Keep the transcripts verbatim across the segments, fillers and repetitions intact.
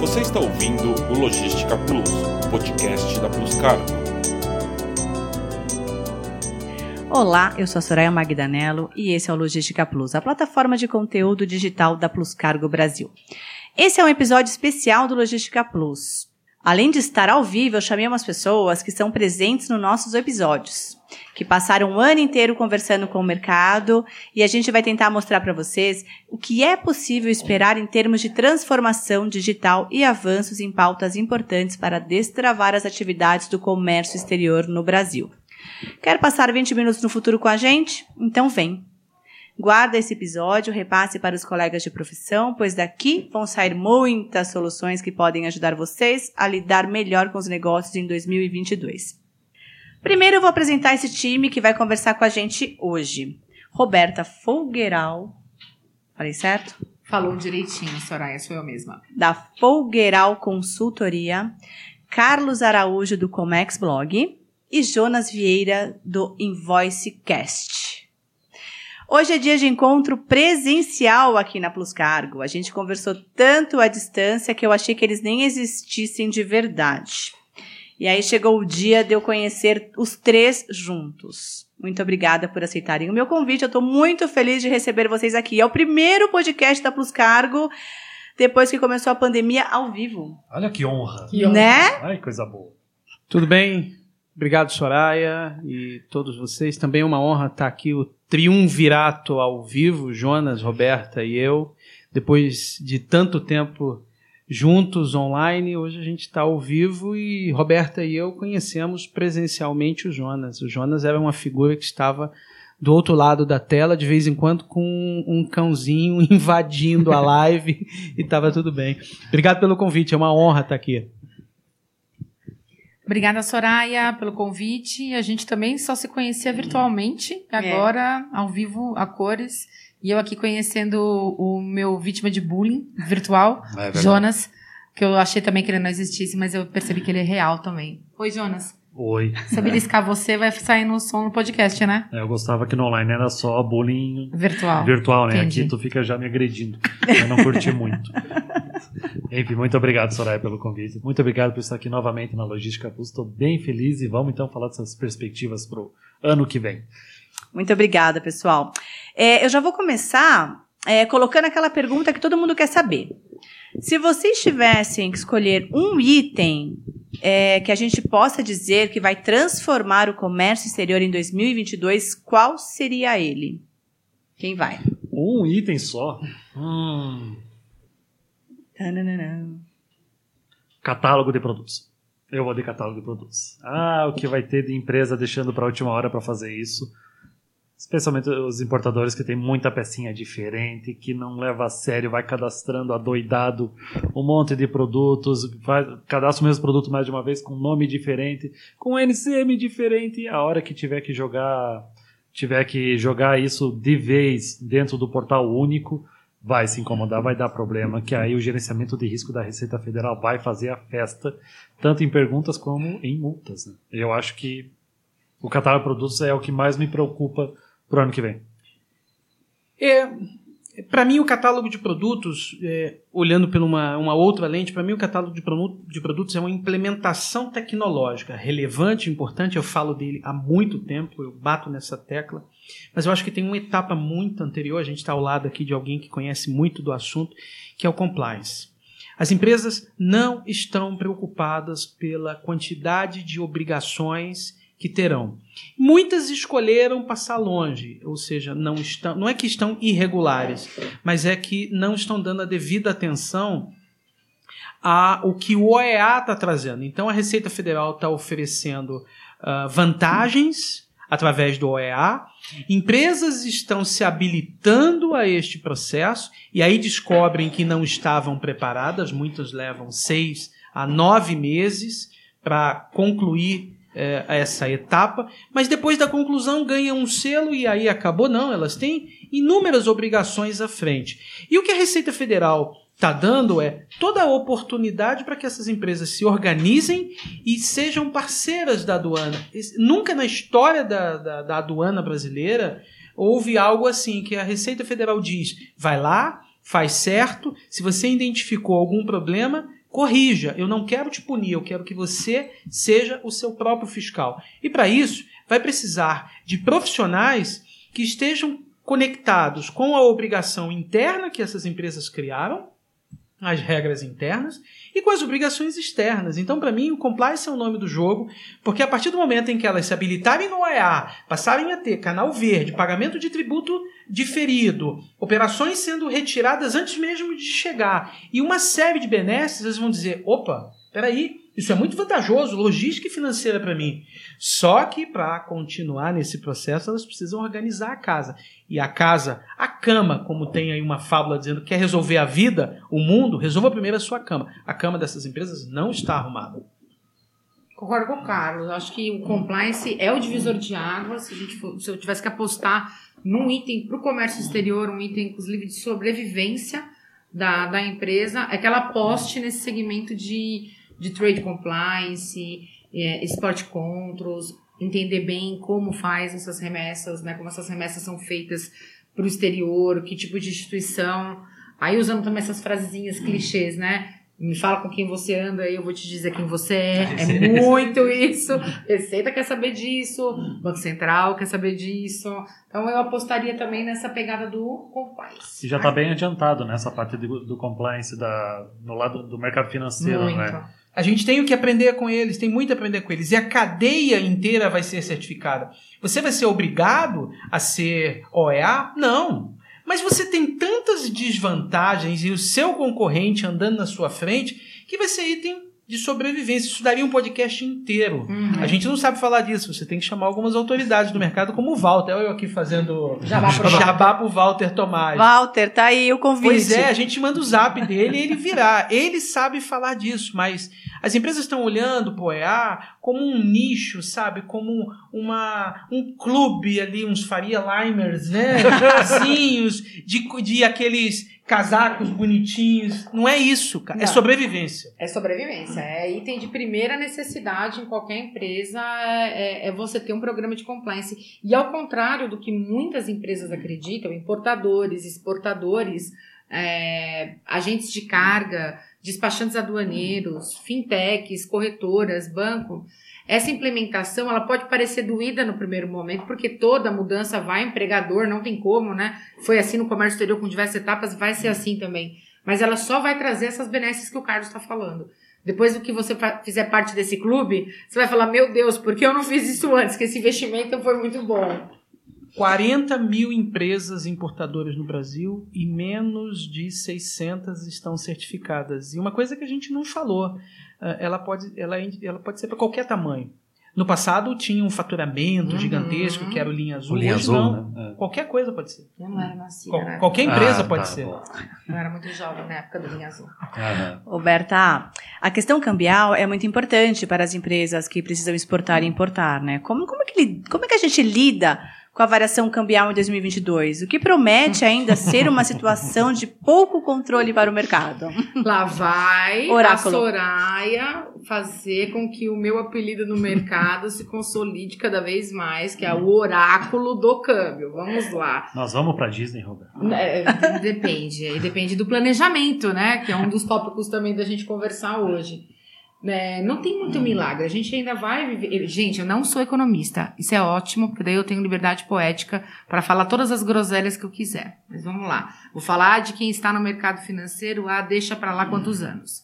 Você está ouvindo o Logística Plus, o podcast da Plus Cargo. Olá, eu sou a Soraya Magdanello e esse é o Logística Plus, a plataforma de conteúdo digital da Plus Cargo Brasil. Esse é um episódio especial do Logística Plus. Além de estar ao vivo, eu chamei umas pessoas que são presentes nos nossos episódios, que passaram o ano inteiro conversando com o mercado, e a gente vai tentar mostrar para vocês o que é possível esperar em termos de transformação digital e avanços em pautas importantes para destravar as atividades do comércio exterior no Brasil. Quer passar vinte minutos no futuro com a gente? Então vem! Guarda esse episódio, repasse para os colegas de profissão, pois daqui vão sair muitas soluções que podem ajudar vocês a lidar melhor com os negócios em dois mil e vinte e dois. Primeiro eu vou apresentar esse time que vai conversar com a gente hoje. Roberta Folgueral, falei certo? Falou direitinho, Soraya, sou eu mesma. Da Folgueral Consultoria, Carlos Araújo do Comex Blog e Jonas Vieira do InvoiceCast. Hoje é dia de encontro presencial aqui na Plus Cargo. A gente conversou tanto à distância que eu achei que eles nem existissem de verdade. E aí chegou o dia de eu conhecer os três juntos. Muito obrigada por aceitarem o meu convite. Eu estou muito feliz de receber vocês aqui. É o primeiro podcast da Plus Cargo depois que começou a pandemia ao vivo. Olha que honra. Que honra. Né? Ai, coisa boa. Tudo bem? Obrigado, Soraya, e todos vocês. Também é uma honra estar aqui, o triunvirato ao vivo, Jonas, Roberta e eu. Depois de tanto tempo juntos, online, hoje a gente está ao vivo e Roberta e eu conhecemos presencialmente o Jonas. O Jonas era uma figura que estava do outro lado da tela, de vez em quando com um cãozinho invadindo a live e estava tudo bem. Obrigado pelo convite, é uma honra estar aqui. Obrigada, Soraya, pelo convite. A gente também só se conhecia virtualmente, agora ao vivo, a cores. E eu aqui conhecendo o, o meu vítima de bullying virtual, é Jonas, que eu achei também que ele não existisse, mas eu percebi que ele é real também. Oi, Jonas. Oi. Se eu beliscar você, vai sair no som no podcast, né? É, eu gostava que no online era só bullying virtual. Virtual, né? Entendi. Aqui tu fica já me agredindo. Eu não curti muito. Enfim, muito obrigado, Soraya, pelo convite. Muito obrigado por estar aqui novamente na Logística Plus. Estou bem feliz e vamos então falar dessas perspectivas para o ano que vem. Muito obrigada, pessoal. É, eu já vou começar é, colocando aquela pergunta que todo mundo quer saber. Se vocês tivessem que escolher um item é, que a gente possa dizer que vai transformar o comércio exterior em dois mil e vinte e dois, qual seria ele? Quem vai? Um item só? Hum... Catálogo de produtos. Eu vou de catálogo de produtos. Ah, o que vai ter de empresa deixando para a última hora para fazer isso. Especialmente os importadores que tem muita pecinha diferente, que não leva a sério, vai cadastrando adoidado um monte de produtos, faz, cadastra o mesmo produto mais de uma vez com nome diferente, com N C M diferente. A hora que tiver que jogar, tiver que jogar isso de vez dentro do portal único, vai se incomodar, vai dar problema, que aí o gerenciamento de risco da Receita Federal vai fazer a festa, tanto em perguntas como em multas, né? Eu acho que o catálogo de produtos é o que mais me preocupa para o ano que vem. É, para mim, o catálogo de produtos, é, olhando por uma, uma outra lente, para mim o catálogo de, pro, de produtos é uma implementação tecnológica relevante, importante. Eu falo dele há muito tempo, eu bato nessa tecla. Mas eu acho que tem uma etapa muito anterior, a gente está ao lado aqui de alguém que conhece muito do assunto, que é o compliance. As empresas não estão preocupadas pela quantidade de obrigações que terão. Muitas escolheram passar longe, ou seja, não, estão, não é que estão irregulares, mas é que não estão dando a devida atenção ao que o O E A está trazendo. Então a Receita Federal está oferecendo uh, vantagens através do O E A. Empresas estão se habilitando a este processo e aí descobrem que não estavam preparadas. Muitas levam seis a nove meses para concluir eh, essa etapa, mas depois da conclusão ganham um selo e aí acabou. Não, elas têm inúmeras obrigações à frente. E o que a Receita Federal está dando é toda a oportunidade para que essas empresas se organizem e sejam parceiras da aduana. Nunca na história da, da, da aduana brasileira houve algo assim, que a Receita Federal diz, vai lá, faz certo, se você identificou algum problema, corrija. Eu não quero te punir, eu quero que você seja o seu próprio fiscal. E para isso, vai precisar de profissionais que estejam conectados com a obrigação interna que essas empresas criaram, as regras internas, e com as obrigações externas. Então, para mim, o compliance é o nome do jogo, porque a partir do momento em que elas se habilitarem no O E A, passarem a ter canal verde, pagamento de tributo diferido, operações sendo retiradas antes mesmo de chegar, e uma série de benesses, eles vão dizer, opa, peraí, isso é muito vantajoso, logística e financeira para mim. Só que para continuar nesse processo, elas precisam organizar a casa. E a casa, a cama, como tem aí uma fábula dizendo que quer resolver a vida, o mundo, resolva primeiro a sua cama. A cama dessas empresas não está arrumada. Concordo com o Carlos. Acho que o compliance é o divisor de águas. Se, a gente for, se eu tivesse que apostar num item para o comércio exterior, um item, inclusive, de sobrevivência da, da empresa, é que ela aposte nesse segmento de... de trade compliance, é, export controls, entender bem como faz essas remessas, né, como essas remessas são feitas para o exterior, que tipo de instituição. Aí usando também essas frasezinhas clichês, né? Me fala com quem você anda e eu vou te dizer quem você é. É muito isso. Receita quer saber disso. Banco Central quer saber disso. Então eu apostaria também nessa pegada do compliance. E já está bem adiantado nessa parte do, do compliance da, no lado do mercado financeiro, muito. Né? A gente tem o que aprender com eles, tem muito a aprender com eles. E a cadeia inteira vai ser certificada. Você vai ser obrigado a ser O E A? Não. Mas você tem tantas desvantagens e o seu concorrente andando na sua frente que vai ser item de sobrevivência. Isso daria um podcast inteiro. Uhum. A gente não sabe falar disso. Você tem que chamar algumas autoridades do mercado, como o Walter. Olha eu aqui fazendo jabá pro, jabá pro Walter Tomás. Walter, tá aí o convite. Pois é, a gente manda o zap dele e ele virá. Ele sabe falar disso, mas as empresas estão olhando pro O E A como um nicho, sabe? Como uma, um clube ali, uns Faria Limers, né? Casinhos, de, de aqueles casacos bonitinhos. Não é isso, cara. Não. É sobrevivência. É sobrevivência. É item de primeira necessidade em qualquer empresa, é, é você ter um programa de compliance. E ao contrário do que muitas empresas acreditam, importadores, exportadores, é, agentes de carga, despachantes aduaneiros, fintechs, corretoras, banco, essa implementação ela pode parecer doída no primeiro momento, porque toda mudança vai empregador, não tem como, né? Foi assim no comércio exterior com diversas etapas, vai ser assim também. Mas ela só vai trazer essas benesses que o Carlos está falando. Depois do que você fizer parte desse clube, você vai falar, meu Deus, por que eu não fiz isso antes? Que esse investimento foi muito bom. quarenta mil empresas importadoras no Brasil e menos de seiscentas estão certificadas. E uma coisa que a gente não falou, ela pode, ela, ela pode ser para qualquer tamanho. No passado tinha um faturamento uhum. gigantesco, que era o Linha Azul. O Linha Hoje Azul, não. Né? Qualquer coisa pode ser. Eu não era nascida, Qual, né? Qualquer empresa ah, pode tá, ser. Bom. Eu era muito jovem na época do Linha Azul. Uhum. Roberta, a questão cambial é muito importante para as empresas que precisam exportar e importar, né? Como, como, é, que, como é que a gente lida com a variação cambial em dois mil e vinte e dois? O que promete ainda ser uma situação de pouco controle para o mercado. Lá vai Oráculo. A Soraya fazer com que o meu apelido no mercado se consolide cada vez mais, que é o oráculo do câmbio. Vamos lá. Nós vamos para Disney, Roberto? É, depende. Aí depende do planejamento, né? Que é um dos tópicos também da gente conversar hoje. É, não tem muito milagre, a gente ainda vai viver. Gente, eu não sou economista, isso é ótimo, porque daí eu tenho liberdade poética para falar todas as groselhas que eu quiser. Mas vamos lá, vou falar de quem está no mercado financeiro, ah, deixa para lá quantos anos.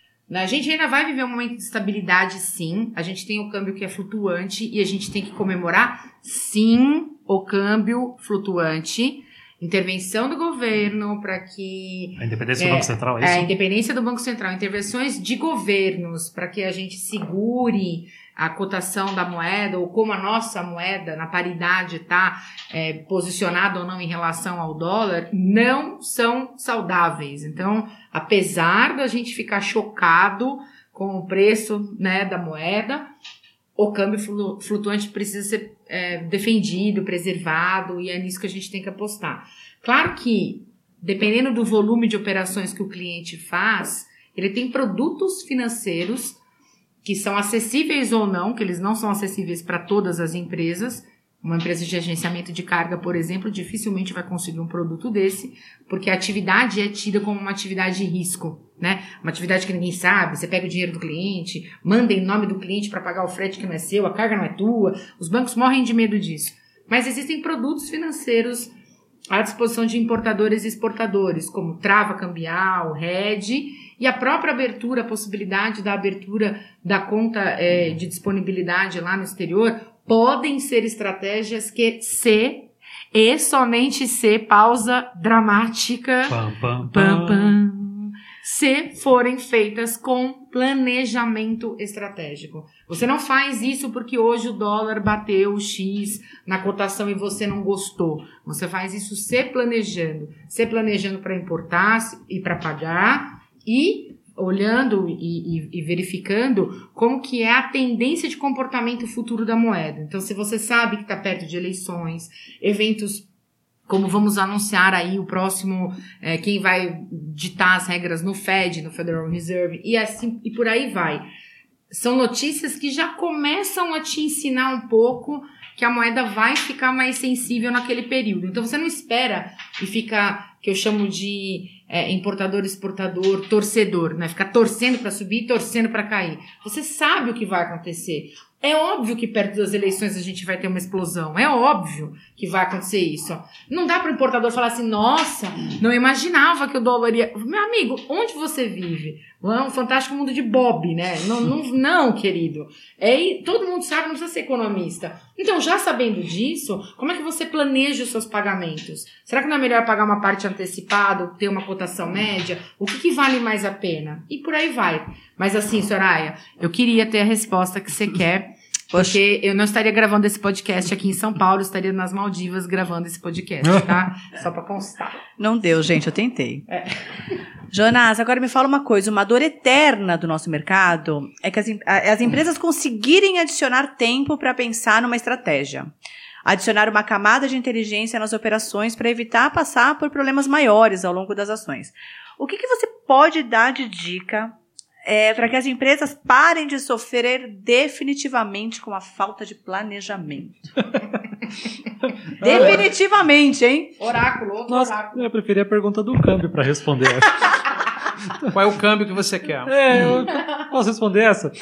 A gente ainda vai viver um momento de estabilidade, sim. A gente tem o câmbio que é flutuante e a gente tem que comemorar, sim, o câmbio flutuante. Intervenção do governo para que... A independência é, do Banco Central, é isso? É, a independência do Banco Central. Intervenções de governos para que a gente segure a cotação da moeda ou como a nossa moeda, na paridade, está é, posicionada ou não em relação ao dólar, não são saudáveis. Então, apesar da gente ficar chocado com o preço, né, da moeda, o câmbio flutuante precisa ser é, defendido, preservado, e é nisso que a gente tem que apostar. Claro que, dependendo do volume de operações que o cliente faz, ele tem produtos financeiros que são acessíveis ou não, que eles não são acessíveis para todas as empresas, Uma empresa de agenciamento de carga, por exemplo, dificilmente vai conseguir um produto desse, porque a atividade é tida como uma atividade de risco, né? Uma atividade que ninguém sabe, você pega o dinheiro do cliente, manda em nome do cliente para pagar o frete que não é seu, a carga não é tua, os bancos morrem de medo disso. Mas existem produtos financeiros à disposição de importadores e exportadores, como trava cambial, hedge, e a própria abertura, a possibilidade da abertura da conta é, de disponibilidade lá no exterior, podem ser estratégias que se, e somente se, pausa dramática, Pam, pam, pam, pam. pam, se forem feitas com planejamento estratégico. Você não faz isso porque hoje o dólar bateu X na cotação e você não gostou. Você faz isso se planejando. Se planejando para importar e para pagar e olhando e, e, e verificando como que é a tendência de comportamento futuro da moeda. Então, se você sabe que está perto de eleições, eventos como vamos anunciar aí o próximo, é, quem vai ditar as regras no Fed, no Federal Reserve, e assim e por aí vai. São notícias que já começam a te ensinar um pouco que a moeda vai ficar mais sensível naquele período. Então, você não espera e fica, que eu chamo de é, importador, exportador, torcedor, né? Ficar torcendo para subir e torcendo para cair. Você sabe o que vai acontecer. É óbvio que perto das eleições a gente vai ter uma explosão. É óbvio que vai acontecer isso. Não dá para o importador falar assim, nossa, não imaginava que o dólar ia... Meu amigo, onde você vive? É um fantástico mundo de Bob, né? Não, não, não querido. É, todo mundo sabe, não precisa ser economista. Então, já sabendo disso, como é que você planeja os seus pagamentos? Será que não é melhor pagar uma parte antecipada, ter uma cotação média? O que, que vale mais a pena? E por aí vai. Mas assim, Soraya, eu queria ter a resposta que você quer, porque eu não estaria gravando esse podcast aqui em São Paulo, eu estaria nas Maldivas gravando esse podcast, tá? Só pra constar. Não deu, gente, eu tentei. É. Jonas, agora me fala uma coisa, uma dor eterna do nosso mercado é que as, as empresas conseguirem adicionar tempo para pensar numa estratégia. Adicionar uma camada de inteligência nas operações para evitar passar por problemas maiores ao longo das ações. O que, que você pode dar de dica é, para que as empresas parem de sofrer definitivamente com a falta de planejamento? Definitivamente, hein? Oráculo, outro Nossa, oráculo. eu preferia a pergunta do câmbio para responder essa. Qual é o câmbio que você quer? É, eu posso responder essa?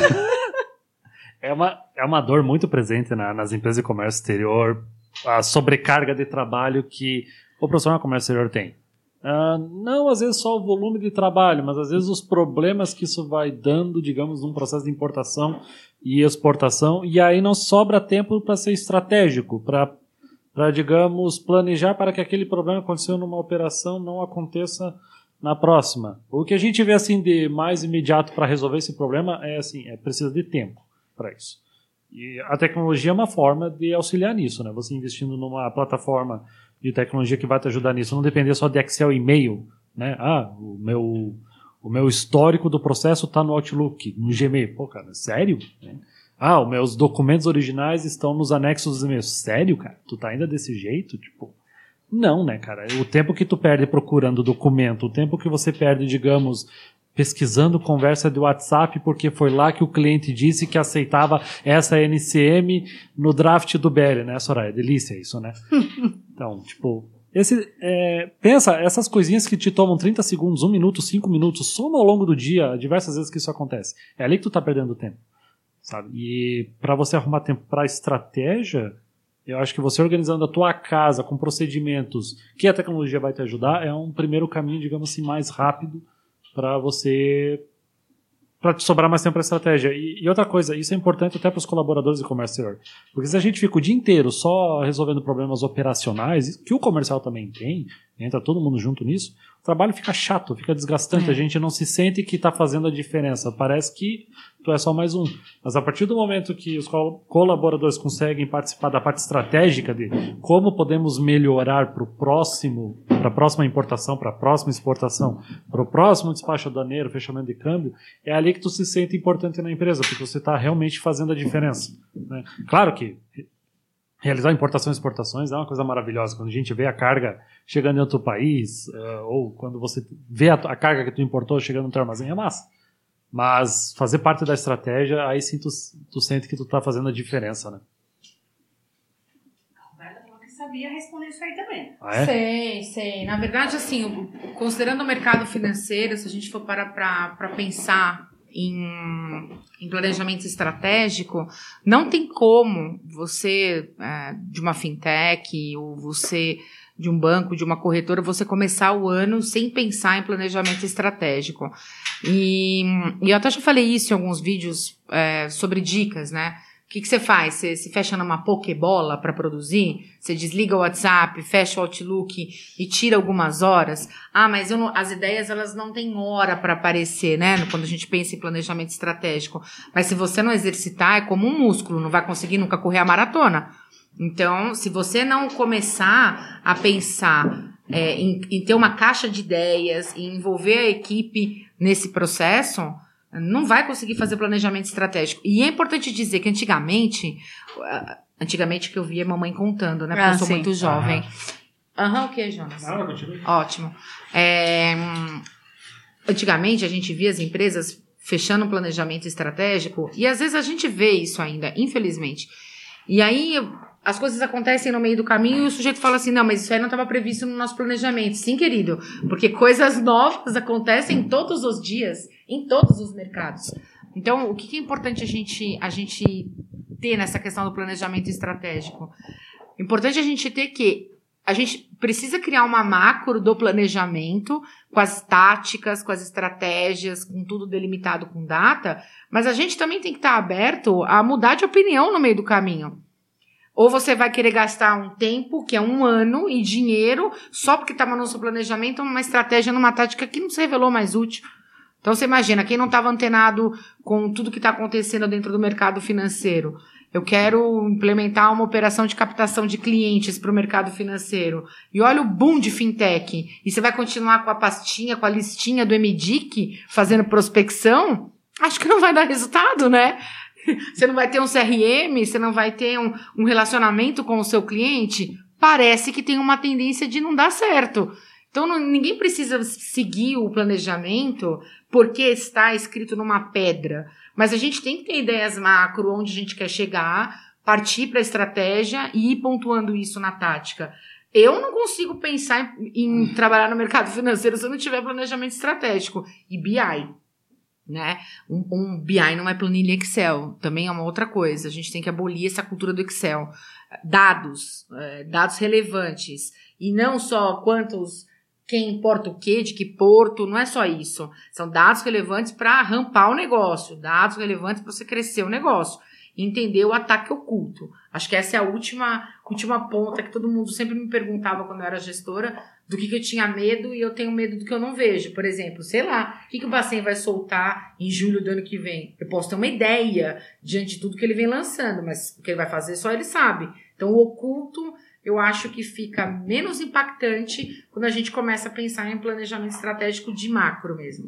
É uma, é uma dor muito presente na, nas empresas de comércio exterior, a sobrecarga de trabalho que o profissional de comércio exterior tem. Uh, não, às vezes, só o volume de trabalho, mas às vezes os problemas que isso vai dando, digamos, num processo de importação e exportação, e aí não sobra tempo para ser estratégico, para, digamos, planejar para que aquele problema que aconteceu numa operação não aconteça na próxima. O que a gente vê assim de mais imediato para resolver esse problema é assim, é precisa de tempo para isso. E a tecnologia é uma forma de auxiliar nisso, né? Você investindo numa plataforma de tecnologia que vai te ajudar nisso, não depender só de Excel e e-mail, né? Ah, o meu, o meu histórico do processo está no Outlook, no Gmail. Pô, cara, sério? Ah, os meus documentos originais estão nos anexos dos e-mails. Sério, cara? Tu tá ainda desse jeito? Tipo, não, né, cara? O tempo que tu perde procurando documento, o tempo que você perde, digamos, pesquisando conversa de WhatsApp, porque foi lá que o cliente disse que aceitava essa N C M no draft do B L, né, Soraya? Delícia isso, né? Então, tipo, esse, é, pensa, essas coisinhas que te tomam trinta segundos, um minuto, cinco minutos, soma ao longo do dia, diversas vezes que isso acontece. É ali que tu tá perdendo tempo, sabe? E para você arrumar tempo para estratégia, eu acho que você organizando a tua casa com procedimentos que a tecnologia vai te ajudar é um primeiro caminho, digamos assim, mais rápido para você, para te sobrar mais tempo para estratégia. E, e outra coisa, isso é importante até para os colaboradores de comércio exterior, porque se a gente fica o dia inteiro só resolvendo problemas operacionais, que o comercial também tem, entra todo mundo junto nisso, o trabalho fica chato, fica desgastante, É. A gente não se sente que está fazendo a diferença, parece que tu é só mais um. Mas a partir do momento que os col- colaboradores conseguem participar da parte estratégica de como podemos melhorar para o próximo, para a próxima importação, para a próxima exportação, para o próximo despacho aduaneiro, fechamento de câmbio, é ali que tu se sente importante na empresa, porque você está realmente fazendo a diferença, né? Claro que realizar importações e exportações é uma coisa maravilhosa. Quando a gente vê a carga chegando em outro país, uh, ou quando você vê a, a carga que tu importou chegando no teu armazém, é massa. Mas fazer parte da estratégia, aí sim tu, tu sente que tu tá fazendo a diferença, né? sabia responder isso aí também. Ah, é? Sei, sei. Na verdade, assim, considerando o mercado financeiro, se a gente for parar para pensar em, em planejamento estratégico, não tem como você, é, de uma fintech, ou você de um banco, de uma corretora, você começar o ano sem pensar em planejamento estratégico. E, e eu até já falei isso em alguns vídeos é, sobre dicas, né? O que, que você faz? Você se fecha numa pokebola para produzir? Você desliga o WhatsApp, fecha o Outlook e tira algumas horas? Ah, mas eu não, as ideias elas não têm hora para aparecer, né? Quando a gente pensa em planejamento estratégico. Mas se você não exercitar, é como um músculo, não vai conseguir nunca correr a maratona. Então, se você não começar a pensar é, em, em ter uma caixa de ideias e envolver a equipe nesse processo, não vai conseguir fazer planejamento estratégico. E é importante dizer que antigamente, antigamente que eu via mamãe contando, né? Porque ah, eu sou sim. muito jovem. Aham, uhum, o que, Jonas? Não, continue. Ótimo. É, antigamente a gente via as empresas fechando um planejamento estratégico e às vezes a gente vê isso ainda, infelizmente. E aí as coisas acontecem no meio do caminho e o sujeito fala assim, não, mas isso aí não estava previsto no nosso planejamento. Sim, querido, porque coisas novas acontecem todos os dias, em todos os mercados. Então, o que é importante a gente, a gente ter nessa questão do planejamento estratégico? Importante a gente ter que a gente precisa criar uma macro do planejamento, com as táticas, com as estratégias, com tudo delimitado com data, mas a gente também tem que estar aberto a mudar de opinião no meio do caminho. Ou você vai querer gastar um tempo, que é um ano, e dinheiro, só porque estava no seu planejamento, uma estratégia, numa tática que não se revelou mais útil. Então, você imagina, quem não estava antenado com tudo que está acontecendo dentro do mercado financeiro, eu quero implementar uma operação de captação de clientes para o mercado financeiro, e olha o boom de fintech, e você vai continuar com a pastinha, com a listinha do M D I C, fazendo prospecção, acho que não vai dar resultado, né? Você não vai ter um C R M, você não vai ter um, um relacionamento com o seu cliente, parece que tem uma tendência de não dar certo. Então, não, ninguém precisa seguir o planejamento porque está escrito numa pedra. Mas a gente tem que ter ideias macro, onde a gente quer chegar, partir para a estratégia e ir pontuando isso na tática. Eu não consigo pensar em, em trabalhar no mercado financeiro se eu não tiver planejamento estratégico. E B I. Né? Um, um B I não é planilha Excel, também é uma outra coisa. A gente tem que abolir essa cultura do Excel. Dados, é, dados relevantes. E não só quantos... Quem importa o quê, de que porto, não é só isso. São dados relevantes para rampar o negócio, dados relevantes para você crescer o negócio. Entender o ataque oculto. Acho que essa é a última, última ponta que todo mundo sempre me perguntava quando eu era gestora, do que, que eu tinha medo e eu tenho medo do que eu não vejo. Por exemplo, sei lá, o que, que o Bacen vai soltar em julho do ano que vem? Eu posso ter uma ideia diante de tudo que ele vem lançando, mas o que ele vai fazer só ele sabe. Então, o oculto... eu acho que fica menos impactante quando a gente começa a pensar em planejamento estratégico de macro mesmo.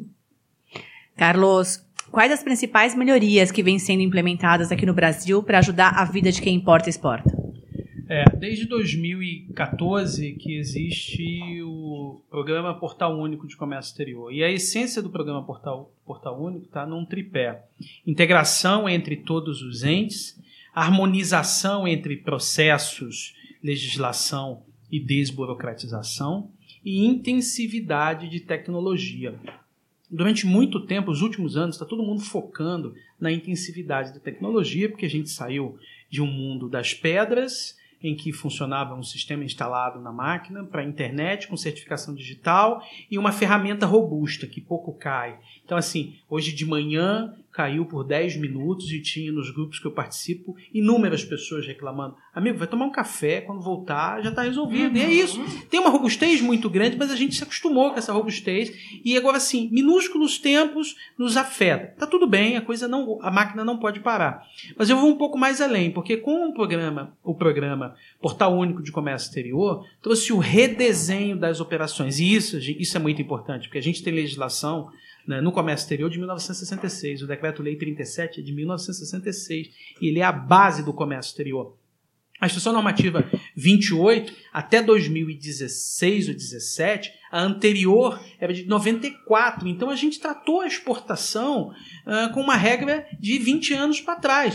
Carlos, quais as principais melhorias que vêm sendo implementadas aqui no Brasil para ajudar a vida de quem importa e exporta? É, desde dois mil e quatorze que existe o programa Portal Único de Comércio Exterior. E a essência do programa Portal, Portal Único está num tripé. Integração entre todos os entes, harmonização entre processos, legislação e desburocratização e intensividade de tecnologia. Durante muito tempo, os últimos anos, está todo mundo focando na intensividade da tecnologia, porque a gente saiu de um mundo das pedras, em que funcionava um sistema instalado na máquina, para a internet, com certificação digital e uma ferramenta robusta, que pouco cai. Então, assim, hoje de manhã caiu por dez minutos e tinha nos grupos que eu participo inúmeras pessoas reclamando. Amigo, vai tomar um café, quando voltar já está resolvido. Uhum. E é isso. Tem uma robustez muito grande, mas a gente se acostumou com essa robustez e agora, assim, minúsculos tempos nos afeta. Tá tudo bem, a coisa não, a máquina não pode parar. Mas eu vou um pouco mais além, porque com o programa, o programa Portal Único de Comércio Exterior trouxe o redesenho das operações. E isso, isso é muito importante, porque a gente tem legislação no comércio exterior de mil novecentos e sessenta e seis. O Decreto-Lei trinta e sete é de mil novecentos e sessenta e seis e ele é a base do comércio exterior. A Instrução Normativa vinte e oito, até dois mil e dezesseis ou dezessete, a anterior era de noventa e quatro. Então, a gente tratou a exportação uh, com uma regra de vinte anos para trás.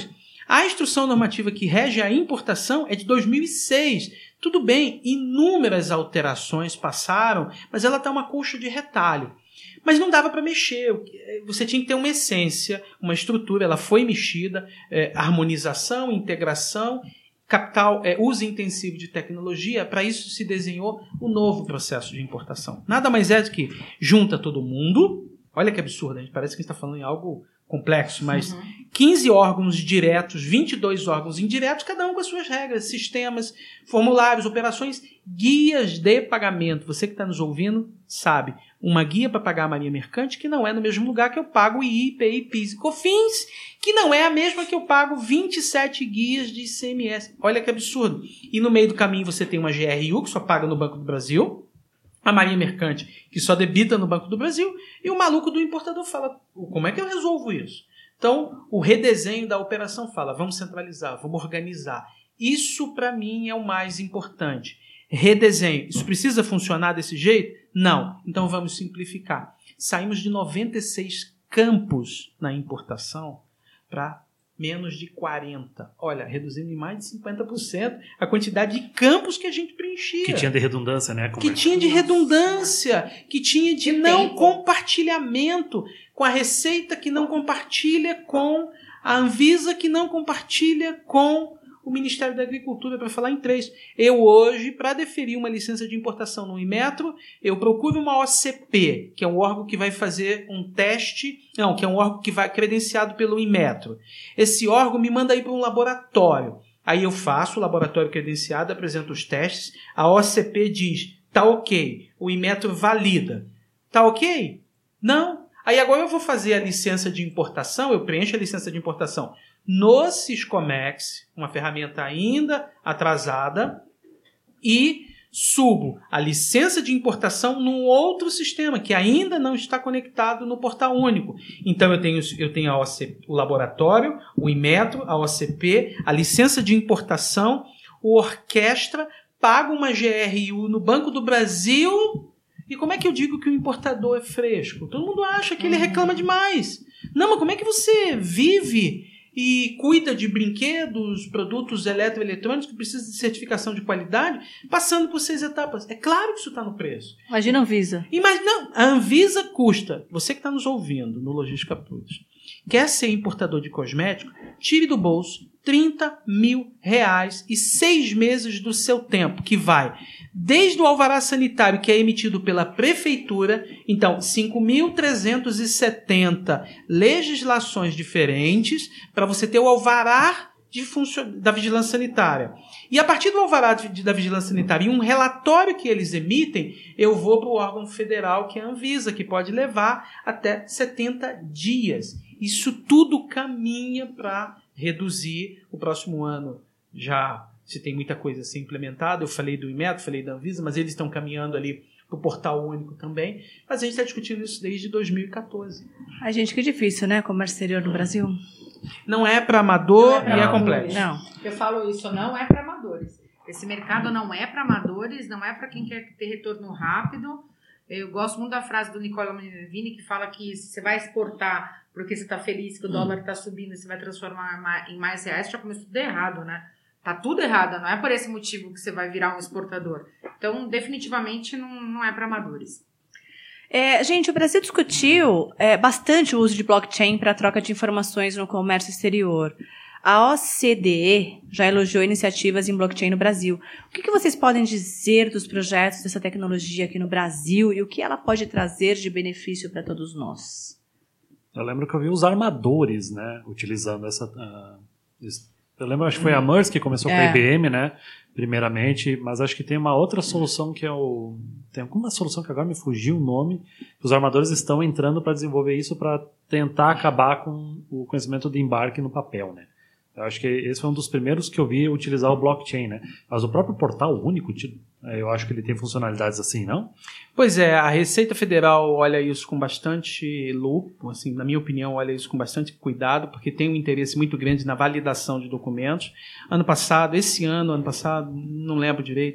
A instrução normativa que rege a importação é de dois mil e seis. Tudo bem, inúmeras alterações passaram, mas ela está uma colcha de retalho. Mas não dava para mexer, você tinha que ter uma essência, uma estrutura, ela foi mexida, é, harmonização, integração, capital, é, uso intensivo de tecnologia, para isso se desenhou o novo processo de importação. Nada mais é do que junta todo mundo, olha que absurdo, a gente parece que a gente está falando em algo complexo, mas uhum. quinze órgãos diretos, vinte e dois órgãos indiretos, cada um com as suas regras, sistemas, formulários, operações, guias de pagamento. Você que está nos ouvindo sabe, uma guia para pagar a Marinha Mercante que não é no mesmo lugar que eu pago o I I, P I, PIS e COFINS, que não é a mesma que eu pago vinte e sete guias de I C M S. Olha que absurdo. E no meio do caminho você tem uma G R U que só paga no Banco do Brasil, a Marinha Mercante, que só debita no Banco do Brasil, e o maluco do importador fala, como é que eu resolvo isso? Então, o redesenho da operação fala, vamos centralizar, vamos organizar. Isso, para mim, é o mais importante. Redesenho. Isso precisa funcionar desse jeito? Não. Então, vamos simplificar. Saímos de noventa e seis campos na importação para menos de quarenta. Olha, reduzindo em mais de cinquenta por cento a quantidade de campos que a gente preenchia. Que tinha de redundância, né? Como que é? tinha de redundância, que tinha de, de não tempo. compartilhamento com a Receita, que não compartilha com a Anvisa, que não compartilha com o Ministério da Agricultura, para falar em três. Eu hoje, para deferir uma licença de importação no Inmetro, eu procuro uma O C P, que é um órgão que vai fazer um teste, não, que é um órgão que vai credenciado pelo Inmetro. Esse órgão me manda ir para um laboratório. Aí eu faço o laboratório credenciado, apresento os testes, a O C P diz, tá ok, o Inmetro valida. Tá ok? Não. Aí agora eu vou fazer a licença de importação, eu preencho a licença de importação no Siscomex, uma ferramenta ainda atrasada, e subo a licença de importação num outro sistema que ainda não está conectado no Portal Único. Então eu tenho, eu tenho a O C P, o laboratório, o Inmetro, a O C P, a licença de importação, o Orquestra, pago uma G R U no Banco do Brasil. E como é que eu digo que o importador é fresco? Todo mundo acha que ele reclama demais. Não, mas como é que você vive e cuida de brinquedos, produtos eletroeletrônicos que precisam de certificação de qualidade, passando por seis etapas? É claro que isso está no preço. Imagina a Anvisa. Imagina, não, a Anvisa custa, você que está nos ouvindo no Logística Plus, quer ser importador de cosmético, tire do bolso trinta mil reais e seis meses do seu tempo, que vai desde o alvará sanitário, que é emitido pela prefeitura, então cinco mil trezentos e setenta legislações diferentes para você ter o alvará de funcio- da vigilância sanitária. E a partir do alvará de, da vigilância sanitária e um relatório que eles emitem, eu vou para o órgão federal, que é a Anvisa, que pode levar até setenta dias. Isso tudo caminha para reduzir o próximo ano. Já se tem muita coisa a ser implementada, eu falei do Inmetro, falei da Anvisa, mas eles estão caminhando ali para o Portal Único também. Mas a gente está discutindo isso desde dois mil e quatorze. Ai, gente, que difícil, né? Comércio exterior no Brasil. Não é para amador é pra e é amadores. complexo. Não. Eu falo isso, não é para amadores. Esse mercado não é para amadores, não é para quem quer ter retorno rápido. Eu gosto muito da frase do Nicola Minervini, que fala que se você vai exportar porque você está feliz que o dólar está subindo e você vai transformar em mais reais, já começou tudo errado, né? Tá tudo errado, não é por esse motivo que você vai virar um exportador. Então, definitivamente, não, não é para amadores. É, gente, o Brasil discutiu é, bastante o uso de blockchain para a troca de informações no comércio exterior. A O C D E já elogiou iniciativas em blockchain no Brasil. O que, que vocês podem dizer dos projetos dessa tecnologia aqui no Brasil e o que ela pode trazer de benefício para todos nós? Eu lembro que eu vi os armadores, né, utilizando essa... Uh, eu lembro, acho que foi a Maersk que começou é. com a I B M, né, primeiramente, mas acho que tem uma outra solução que é o... Tem alguma solução que agora me fugiu o nome, que os armadores estão entrando para desenvolver isso para tentar acabar com o conhecimento de embarque no papel, né. Eu acho que esse foi um dos primeiros que eu vi utilizar o blockchain, né? Mas o próprio Portal Único, eu acho que ele tem funcionalidades assim, não? Pois é, a Receita Federal olha isso com bastante lupa, assim, na minha opinião, olha isso com bastante cuidado, porque tem um interesse muito grande na validação de documentos. Ano passado, esse ano, ano passado, não lembro direito,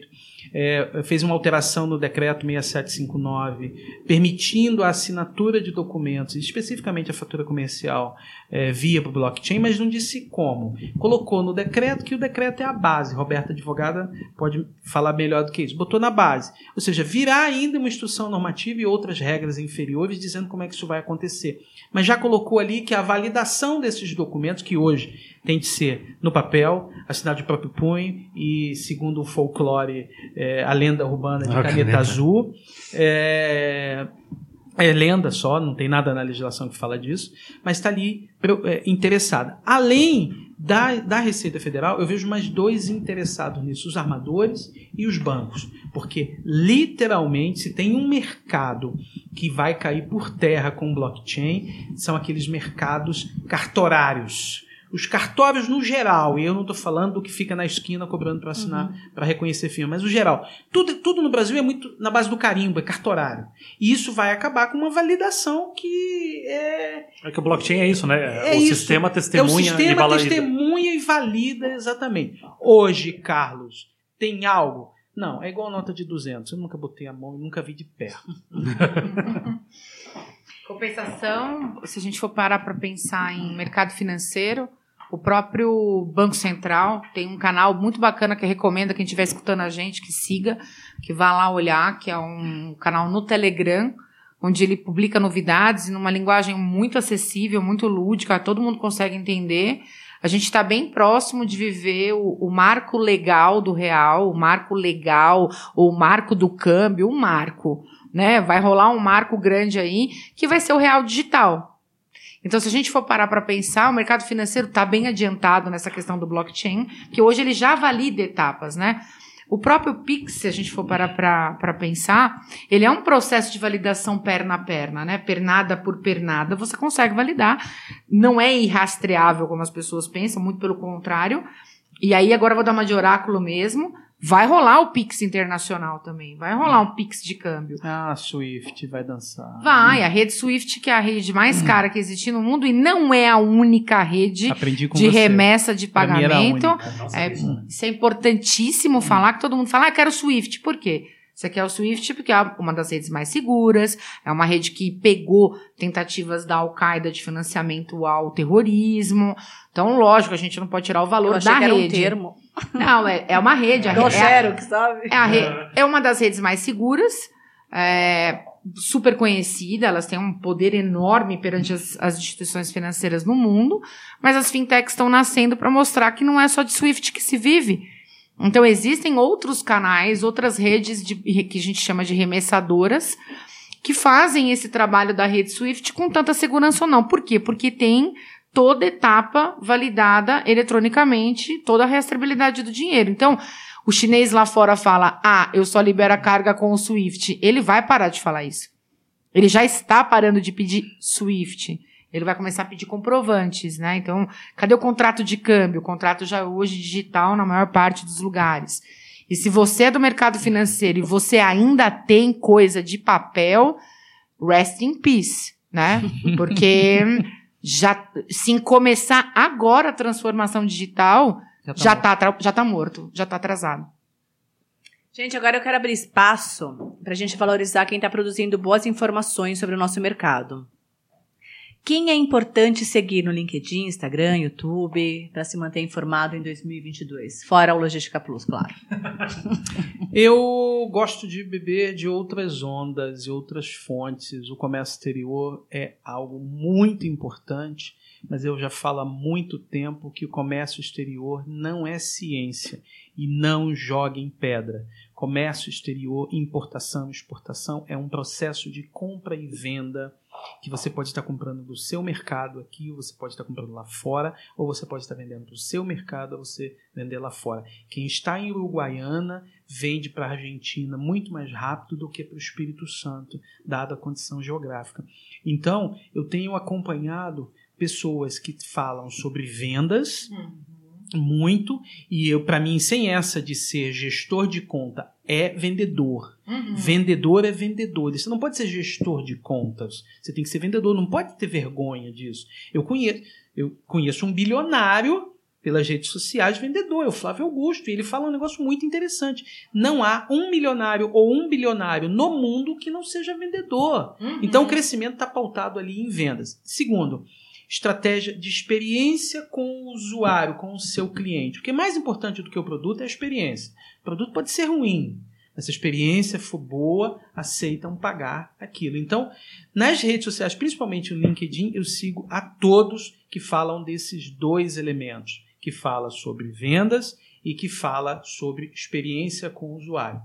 é, fez uma alteração no decreto seis sete cinco nove, permitindo a assinatura de documentos, especificamente a fatura comercial, é, via para o blockchain, mas não disse como. Colocou no decreto que o decreto é a base. Roberta, advogada, pode falar melhor do que isso. Botou na base. Ou seja, virá ainda uma instrução normativa e outras regras inferiores dizendo como é que isso vai acontecer. Mas já colocou ali que a validação desses documentos, que hoje tem de ser no papel, assinado de próprio punho e, segundo o folclore, é, a lenda urbana de Ah, caneta, caneta. azul, é, é lenda só, não tem nada na legislação que fala disso, mas está ali é, interessada. Além da, da Receita Federal, eu vejo mais dois interessados nisso, os armadores e os bancos, porque literalmente se tem um mercado que vai cair por terra com o blockchain, são aqueles mercados cartorários. Os cartórios no geral, e eu não estou falando do que fica na esquina cobrando para assinar, uhum. para reconhecer firma, mas o geral. Tudo, tudo no Brasil é muito na base do carimbo, é cartorário. E isso vai acabar com uma validação que é... É que o blockchain é isso, né? É o isso. sistema testemunha é o sistema e valida. testemunha e valida, exatamente. Hoje, Carlos, tem algo... Não, é igual nota de duzentos. Eu nunca botei a mão e nunca vi de perto. Compensação, se a gente for parar para pensar em mercado financeiro, o próprio Banco Central tem um canal muito bacana que recomendo quem estiver escutando a gente que siga, que vá lá olhar, que é um canal no Telegram, onde ele publica novidades numa linguagem muito acessível, muito lúdica, todo mundo consegue entender. A gente está bem próximo de viver o, o marco legal do real, o marco legal, ou o marco do câmbio, o marco, né? Vai rolar um marco grande aí, que vai ser o real digital. Então, se a gente for parar para pensar, o mercado financeiro está bem adiantado nessa questão do blockchain, que hoje ele já valida etapas, né? O próprio Pix, se a gente for parar para pensar, ele é um processo de validação perna a perna, né? Pernada por pernada, você consegue validar. Não é irrastreável, como as pessoas pensam, muito pelo contrário. E aí, agora eu vou dar uma de oráculo mesmo. Vai rolar o Pix internacional também. Vai rolar um Pix de câmbio. Ah, Swift vai dançar. Vai. A rede Swift, que é a rede mais cara que existe no mundo, e não é a única rede Aprendi com de você. remessa de Pra mim era a pagamento. única. Nossa, É, isso. isso é importantíssimo falar, que todo mundo fala, ah, eu quero Swift. Por quê? Você quer o Swift porque é uma das redes mais seguras, é uma rede que pegou tentativas da Al-Qaeda de financiamento ao terrorismo. Então, lógico, a gente não pode tirar o valor Eu achei da que era um rede. termo. Não, é, é uma rede. A Do rede é, a- Xerox, sabe? é, a re- é uma das redes mais seguras, é, super conhecida, elas têm um poder enorme perante as, as instituições financeiras no mundo, mas as fintechs estão nascendo para mostrar que não é só de Swift que se vive. Então, existem outros canais, outras redes de, que a gente chama de remessadoras, que fazem esse trabalho da rede Swift com tanta segurança ou não. Por quê? Porque tem toda etapa validada eletronicamente, toda a rastreabilidade do dinheiro. Então, o chinês lá fora fala, ah, eu só libero a carga com o Swift. Ele vai parar de falar isso. Ele já está parando de pedir Swift. Ele vai começar a pedir comprovantes, né? Então, cadê o contrato de câmbio? O contrato já hoje digital na maior parte dos lugares. E se você é do mercado financeiro e você ainda tem coisa de papel, rest in peace, né? Porque já, se começar agora a transformação digital, Já tá já morto. tá, atra- já tá morto, já tá atrasado. Gente, agora eu quero abrir espaço para a gente valorizar quem está produzindo boas informações sobre o nosso mercado. Quem é importante seguir no LinkedIn, Instagram, YouTube, para se manter informado em dois mil e vinte e dois? Fora o Logística Plus, claro. Eu gosto de beber de outras ondas e outras fontes. O comércio exterior é algo muito importante, mas eu já falo há muito tempo que o comércio exterior não é ciência e não joga em pedra. Comércio exterior, importação e exportação é um processo de compra e venda que você pode estar comprando do seu mercado aqui, ou você pode estar comprando lá fora, ou você pode estar vendendo para o seu mercado, ou você vender lá fora. Quem está em Uruguaiana vende para a Argentina muito mais rápido do que para o Espírito Santo, dada a condição geográfica. Então, eu tenho acompanhado pessoas que falam sobre vendas, muito, e eu, para mim, sem essa de ser gestor de conta, é vendedor. Uhum. Vendedor é vendedor. Você não pode ser gestor de contas. Você tem que ser vendedor. Não pode ter vergonha disso. Eu conheço, eu conheço um bilionário, pelas redes sociais, vendedor, é o Flávio Augusto, e ele fala um negócio muito interessante. Não há um milionário ou um bilionário no mundo que não seja vendedor. Uhum. Então, o crescimento está pautado ali em vendas. Segundo, estratégia de experiência com o usuário, com o seu cliente. O que é mais importante do que o produto é a experiência. O produto pode ser ruim, mas se a experiência for boa, aceitam pagar aquilo. Então, nas redes sociais, principalmente no LinkedIn, eu sigo a todos que falam desses dois elementos, que fala sobre vendas e que fala sobre experiência com o usuário.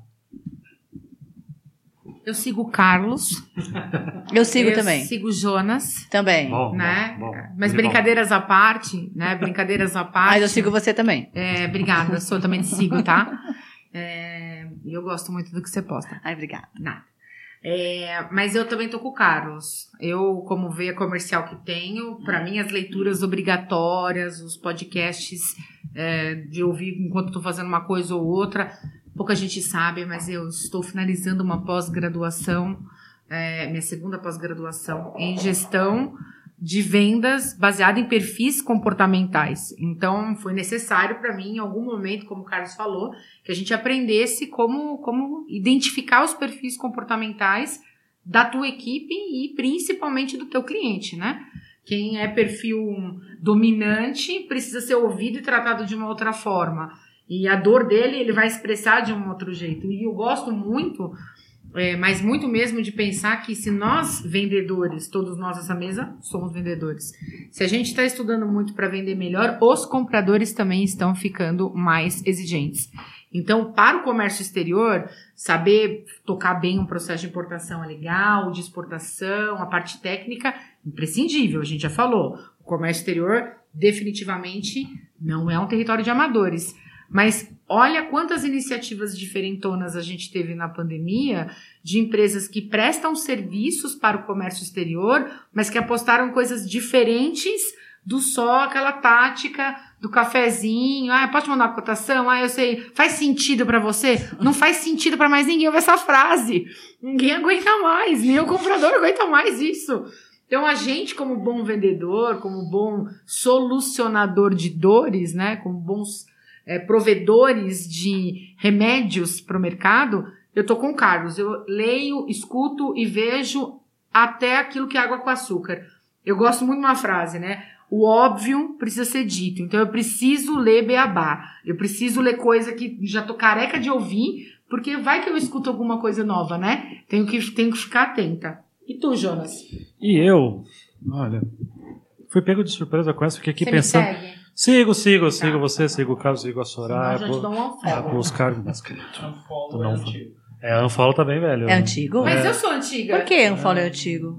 Eu sigo o Carlos. Eu sigo eu também. Eu sigo o Jonas. Também. Bom, né? bom, bom. Mas Muito brincadeiras bom. à parte, né? Brincadeiras à parte. Mas eu sigo você também. É, obrigada, eu sou, também te sigo, tá? É, eu gosto muito do que você posta. Ai, obrigada. Nada. É, mas eu também tô com o Carlos. Eu, como veia comercial que tenho, para mim as leituras obrigatórias, os podcasts é, de ouvir enquanto estou fazendo uma coisa ou outra, pouca gente sabe, mas eu estou finalizando uma pós-graduação, é, minha segunda pós-graduação em gestão de vendas baseada em perfis comportamentais. Então, foi necessário para mim, em algum momento, como o Carlos falou, que a gente aprendesse como, como identificar os perfis comportamentais da tua equipe e principalmente do teu cliente, né? Quem é perfil dominante precisa ser ouvido e tratado de uma outra forma. E a dor dele, ele vai expressar de um outro jeito. E eu gosto muito... É, mas muito mesmo de pensar que se nós vendedores, todos nós nessa mesa, somos vendedores. Se a gente está estudando muito para vender melhor, os compradores também estão ficando mais exigentes. Então, para o comércio exterior, saber tocar bem um processo de importação é legal, de exportação, a parte técnica, imprescindível, a gente já falou. O comércio exterior definitivamente não é um território de amadores. Mas olha quantas iniciativas diferentonas a gente teve na pandemia de empresas que prestam serviços para o comércio exterior, mas que apostaram coisas diferentes do só aquela tática do cafezinho. Ah, pode mandar uma cotação? Ah, eu sei. Faz sentido para você? Não faz sentido para mais ninguém ouvir essa frase. Ninguém aguenta mais, nem o comprador aguenta mais isso. Então, a gente, como bom vendedor, como bom solucionador de dores, né, como bons É, provedores de remédios para o mercado, eu tô com o Carlos. Eu leio, escuto e vejo até aquilo que é água com açúcar. Eu gosto muito de uma frase, né? O óbvio precisa ser dito. Então, eu preciso ler beabá. Eu preciso ler coisa que já tô careca de ouvir, porque vai que eu escuto alguma coisa nova, né? Tenho que, tenho que ficar atenta. E tu, Jonas? E eu, olha, fui pego de surpresa com essa, fiquei aqui Você pensando... me segue? Sigo, sigo, Tá. sigo você, sigo o Carlos, sigo a Soraya. Senão eu já te dou um unfollow. Ah, os caras, mas querido. Unfollow Não, é antigo. é, unfollow tá bem velho. É né? antigo? Mas eu sou antiga. Por que um follow é antigo?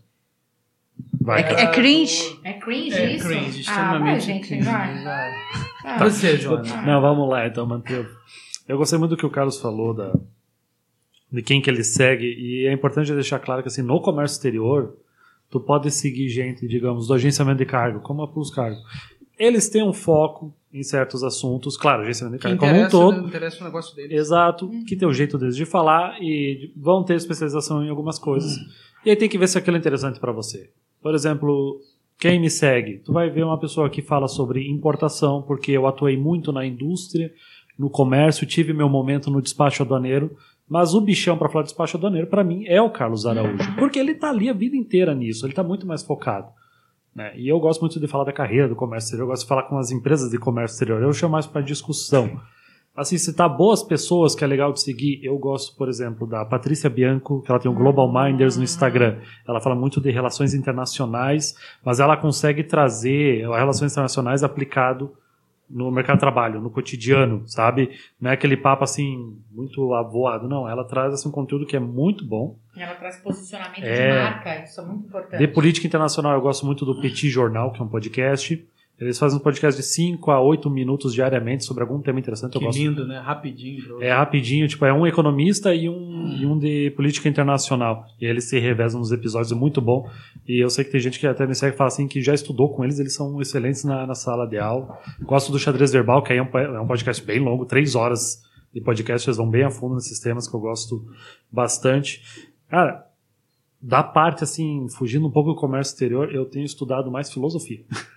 Vai, É, cara. é cringe? É cringe É isso? cringe, Ah, vai, extremamente gente, cringe. vai. Ah, Você, Jonas. Não, vamos lá, então, manter. Eu gostei muito do que o Carlos falou da, de quem que ele segue, e é importante deixar claro que, assim, no comércio exterior, tu pode seguir gente, digamos, do agenciamento de cargo, como a Plus Cargo. Eles têm um foco em certos assuntos, claro, agenciamento de Que cargo como um interessa, todo. interessa o negócio dele. Exato, que tem o jeito deles de falar e vão ter especialização em algumas coisas. E aí tem que ver se aquilo é interessante para você. Por exemplo, quem me segue? Tu vai ver uma pessoa que fala sobre importação, porque eu atuei muito na indústria, no comércio, tive meu momento no despacho aduaneiro, mas o bichão para falar de despacho aduaneiro, para mim, é o Carlos Araújo, porque ele tá ali a vida inteira nisso, ele tá muito mais focado. Né? E eu gosto muito de falar da carreira do comércio exterior, eu gosto de falar com as empresas de comércio exterior, eu chamo mais para discussão. Assim, citar boas pessoas que é legal de seguir, eu gosto, por exemplo, da Patrícia Bianco, que ela tem o Global Minders no Instagram. Ela fala muito de relações internacionais, mas ela consegue trazer as relações internacionais aplicado no mercado de trabalho, no cotidiano, sabe? Não é aquele papo, assim, muito avoado, não. Ela traz assim, um conteúdo que é muito bom. Ela traz posicionamento É. de marca, isso é muito importante. De política internacional, eu gosto muito do Petit Jornal, que é um podcast. Eles fazem um podcast de cinco a oito minutos diariamente sobre algum tema interessante. Eu Que gosto. lindo, né? Rapidinho. Bro. É rapidinho, tipo, é um economista e um, e um de política internacional. E eles se revezam nos episódios, é muito bom. E eu sei que tem gente que até me segue e fala assim, que já estudou com eles, eles são excelentes na, na sala de aula. Gosto do Xadrez Verbal, que aí é um, é um podcast bem longo, três horas de podcast, eles vão bem a fundo nesses temas que eu gosto bastante. Cara, da parte, assim, fugindo um pouco do comércio exterior, eu tenho estudado mais filosofia.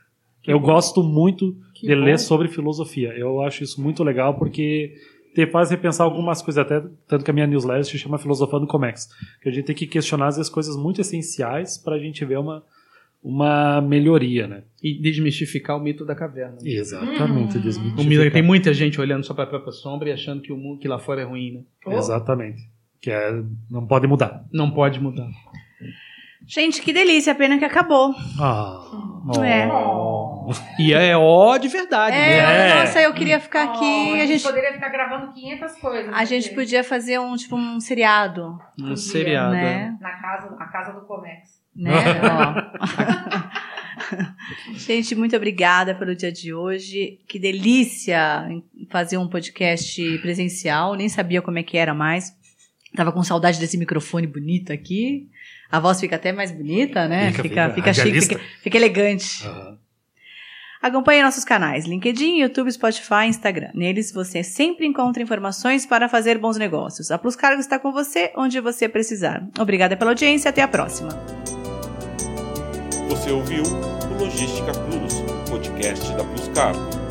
Eu gosto muito Que de bom. ler sobre filosofia. Eu acho isso muito legal porque te faz repensar algumas coisas, até tanto que a minha newsletter se chama Filosofando Comex, que a gente tem que questionar às vezes coisas muito essenciais para a gente ver uma, uma melhoria, né? E desmistificar o mito da caverna. Exatamente. Hum. O mito, tem muita gente olhando só para a própria sombra e achando que o mundo que lá fora é ruim, né? Oh. Exatamente. Que é, não pode mudar. Não pode mudar. Gente, que delícia, pena que acabou. Ah, É. oh. E é ó de verdade. É, né? nossa, eu queria ficar aqui. Oh, a gente, poderia ficar gravando quinhentas coisas. a gente podia fazer um tipo um seriado, Um seriado. né? Na casa, a casa do Comex. né? Ó. Gente, muito obrigada pelo dia de hoje. Que delícia fazer um podcast presencial. Nem sabia como é que era mais. Tava com saudade desse microfone bonito aqui. A voz fica até mais bonita, né? Fica, Fica, fica fica chique, radialista. fica, fica elegante. Uhum. Acompanhe nossos canais LinkedIn, YouTube, Spotify e Instagram. Neles você sempre encontra informações para fazer bons negócios. A Plus Cargo está com você onde você precisar. Obrigada pela audiência e até a próxima. Você ouviu o Logística Plus, podcast da Plus Cargo.